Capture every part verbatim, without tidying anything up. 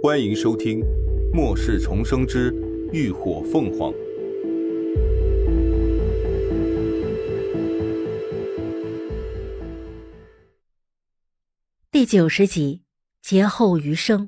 欢迎收听《末世重生之浴火凤凰》 第九十集，劫后余生。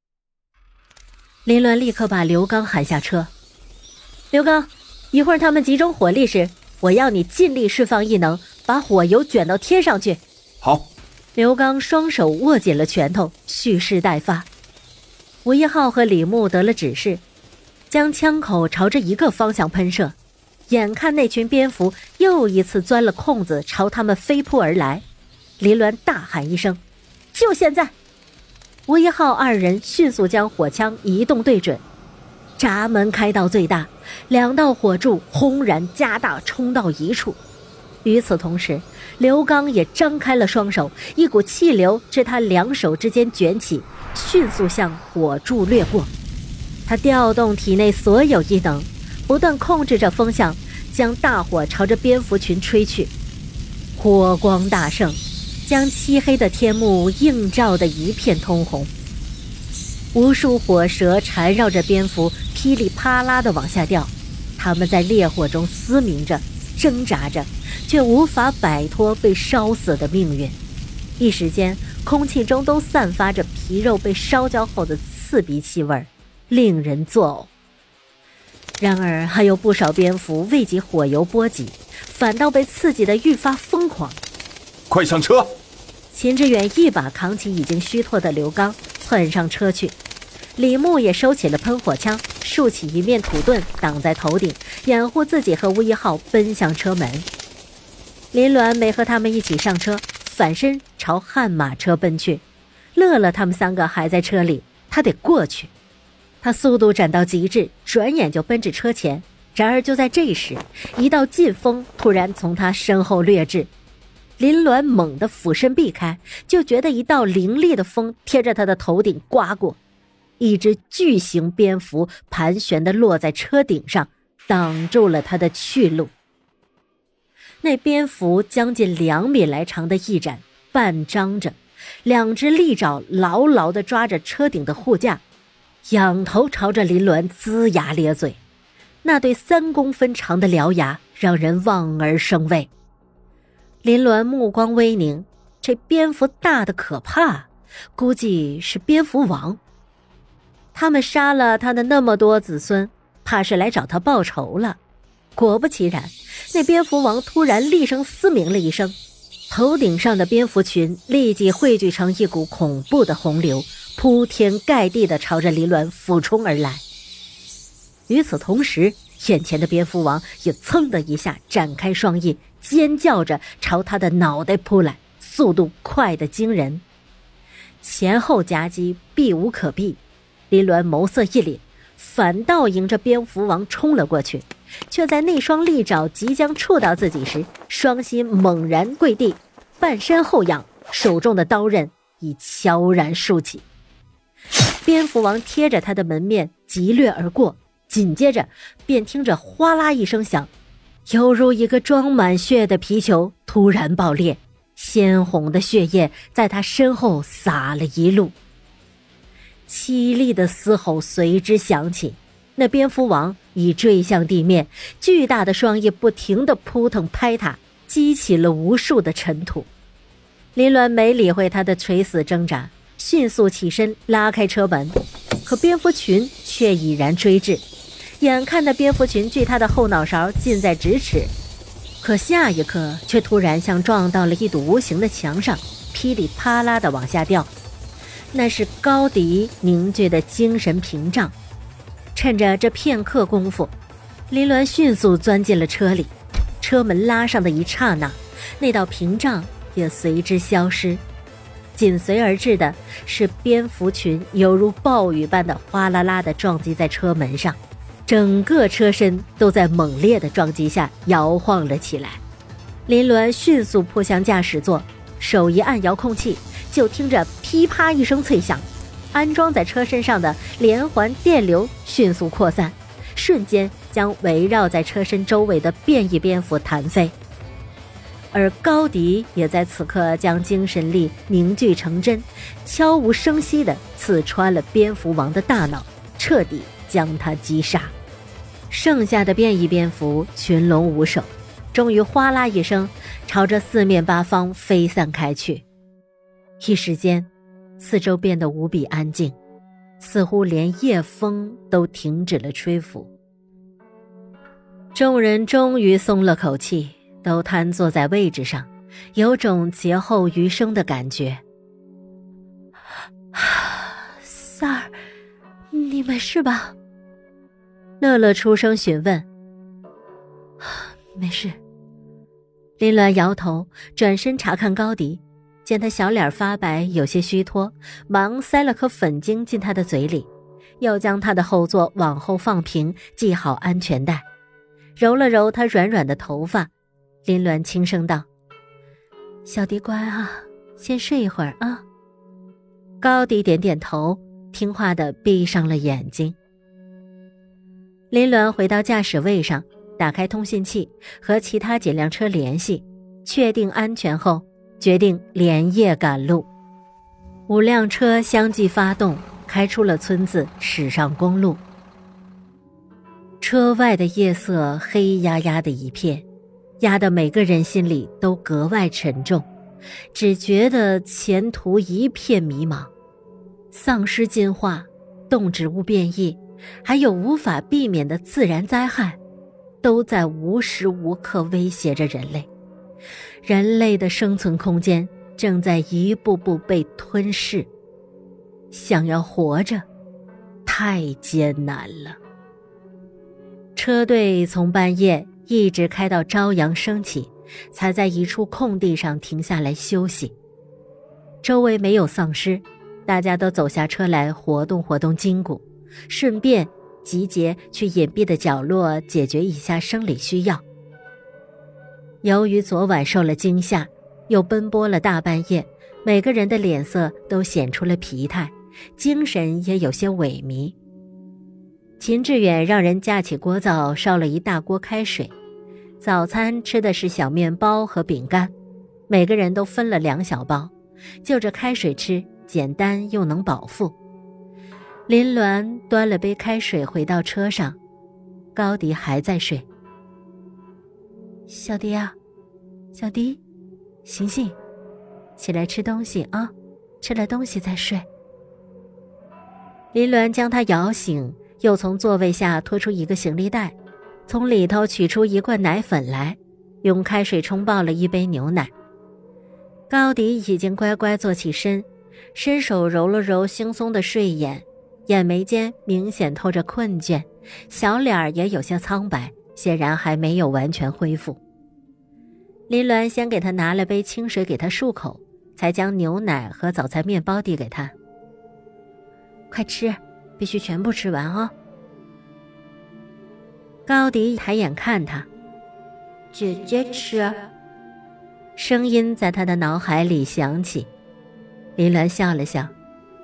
林鸾立刻把刘刚喊下车。刘刚，一会儿他们集中火力时，我要你尽力释放异能，把火油卷到天上去。 好。 刘刚双手握紧了拳头，蓄势待发。吴一浩和李牧得了指示，将枪口朝着一个方向喷射。眼看那群蝙蝠又一次钻了空子，朝他们飞扑而来。林鸾大喊一声：就现在！吴一浩二人迅速将火枪移动对准，闸门开到最大，两道火柱轰然加大，冲到一处。与此同时，刘刚也张开了双手，一股气流至他两手之间卷起，迅速向火柱掠过。他调动体内所有异能，不断控制着风向，将大火朝着蝙蝠群吹去。火光大盛，将漆黑的天幕映照得一片通红。无数火蛇缠绕着蝙蝠，噼里啪啦地往下掉。它们在烈火中嘶鸣着，挣扎着，却无法摆脱被烧死的命运。一时间，空气中都散发着皮肉被烧焦后的刺鼻气味，令人作呕。然而还有不少蝙蝠未及火油波及，反倒被刺激得愈发疯狂。 快上车！ 秦志远一把扛起已经虚脱的刘刚，窜上车去。李牧也收起了喷火枪，竖起一面土盾挡在头顶，掩护自己和吴一浩奔向车门。林鸾没和他们一起上车，反身朝悍马车奔去。乐乐他们三个还在车里，他得过去。他速度斩到极致，转眼就奔至车前。然而就在这时，一道劲风突然从他身后掠至。林鸾猛地俯身避开，就觉得一道凌厉的风贴着他的头顶刮过。一只巨型蝙蝠盘旋地落在车顶上，挡住了他的去路。那蝙蝠将近两米来长的翼展半张着，两只利爪牢牢地抓着车顶的护架，仰头朝着林鸾龇牙咧嘴。那对三公分长的獠牙让人望而生畏。林鸾目光微凝，这蝙蝠大得可怕，估计是蝙蝠王。他们杀了他的那么多子孙，怕是来找他报仇了。果不其然，那蝙蝠王突然厉声嘶鸣了一声，头顶上的蝙蝠群立即汇聚成一股恐怖的洪流，铺天盖地地朝着林鸾俯冲而来。与此同时，眼前的蝙蝠王也噌的一下展开双翼，尖叫着朝他的脑袋扑来，速度快得惊人。前后夹击，避无可避。林鸾眸色一凛，反倒迎着蝙蝠王冲了过去，却在那双利爪即将触到自己时，双膝猛然跪地，半身后仰，手中的刀刃已悄然竖起。蝙蝠王贴着他的门面急掠而过，紧接着便听着哗啦一声响，犹如一个装满血的皮球突然爆裂，鲜红的血液在他身后洒了一路。凄厉的嘶吼随之响起，那蝙蝠王已坠向地面，巨大的双翼不停地扑腾拍打，激起了无数的尘土。林鸾没理会他的垂死挣扎，迅速起身拉开车门，可蝙蝠群却已然追至。眼看的蝙蝠群距他的后脑勺近在咫尺，可下一刻却突然像撞到了一堵无形的墙上，噼里啪啦地往下掉。那是高迪凝聚的精神屏障。趁着这片刻功夫，林鸾迅速钻进了车里。车门拉上的一刹那，那道屏障也随之消失。紧随而至的是蝙蝠群犹如暴雨般的哗啦啦地撞击在车门上，整个车身都在猛烈的撞击下摇晃了起来。林鸾迅速扑向驾驶座，手一按遥控器，就听着噼啪一声脆响，安装在车身上的连环电流迅速扩散，瞬间将围绕在车身周围的变异蝙蝠弹飞。 而高迪也在此刻将精神力凝聚成针，悄无声息地刺穿了蝙蝠王的大脑，彻底将他击杀。剩下的变异蝙蝠群龙无首，终于哗啦一声朝着四面八方飞散开去。一时间，四周变得无比安静，似乎连夜风都停止了吹拂。众人终于松了口气，都瘫坐在位置上，有种劫后余生的感觉。 三儿，你没事吧？ 乐乐出声询问。 没事。 林鸾摇头，转身查看高迪，见他小脸发白，有些虚脱，忙塞了颗粉晶进他的嘴里，又将他的后座往后放平，系好安全带，揉了揉他软软的头发。林鸾轻声道： 小迪乖啊，先睡一会儿啊。 高迪点点头，听话地闭上了眼睛。林鸾回到驾驶位上，打开通讯器，和其他几辆车联系，确定安全后，决定连夜赶路。五辆车相继发动，开出了村子，驶上公路。车外的夜色黑压压的一片，压得每个人心里都格外沉重，只觉得前途一片迷茫。丧尸进化，动植物变异，还有无法避免的自然灾害，都在无时无刻威胁着人类。人类的生存空间正在一步步被吞噬，想要活着太艰难了。车队从半夜一直开到朝阳升起，才在一处空地上停下来休息。周围没有丧尸，大家都走下车来活动活动筋骨，顺便集结去隐蔽的角落解决一下生理需要。由于昨晚受了惊吓，又奔波了大半夜，每个人的脸色都显出了疲态，精神也有些萎靡。秦志远让人架起锅灶，烧了一大锅开水，早餐吃的是小面包和饼干，每个人都分了两小包，就着开水吃，简单又能饱腹。林鸾端了杯开水回到车上，高迪还在睡。 小迪啊，小迪，醒醒，起来吃东西啊，吃了东西再睡。 林鸾将他摇醒，又从座位下拖出一个行李袋，从里头取出一罐奶粉来，用开水冲泡了一杯牛奶。高迪已经乖乖坐起身，伸手揉了揉惺忪的睡眼，眼眉间明显透着困倦，小脸也有些苍白，显然还没有完全恢复。林鸾先给他拿了杯清水给他漱口，才将牛奶和早餐面包递给他。快吃，必须全部吃完哦。高迪抬眼看他， 姐姐吃。 声音在他的脑海里响起。林鸾笑了笑，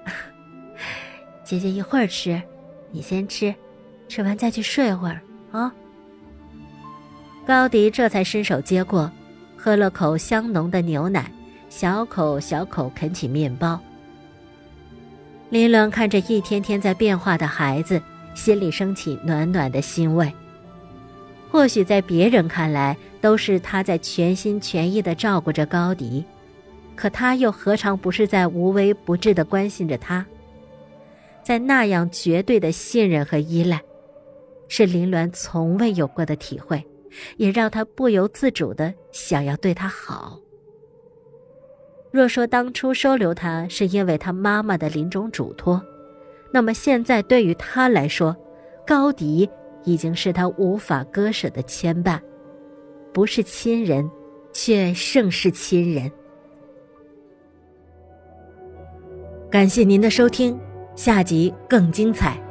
姐姐一会儿吃，你先吃，吃完再去睡会儿啊。 高迪这才伸手接过，喝了口香浓的牛奶，小口小口啃起面包。林鸾看着一天天在变化的孩子，心里升起暖暖的欣慰。或许在别人看来都是他在全心全意地照顾着高迪，可他又何尝不是在无微不至地关心着他？在那样绝对的信任和依赖，是林鸾从未有过的体会，也让他不由自主地想要对他好。若说当初收留他是因为他妈妈的临终嘱托，那么现在对于他来说，高迪已经是他无法割舍的牵绊，不是亲人，却胜是亲人。感谢您的收听，下集更精彩。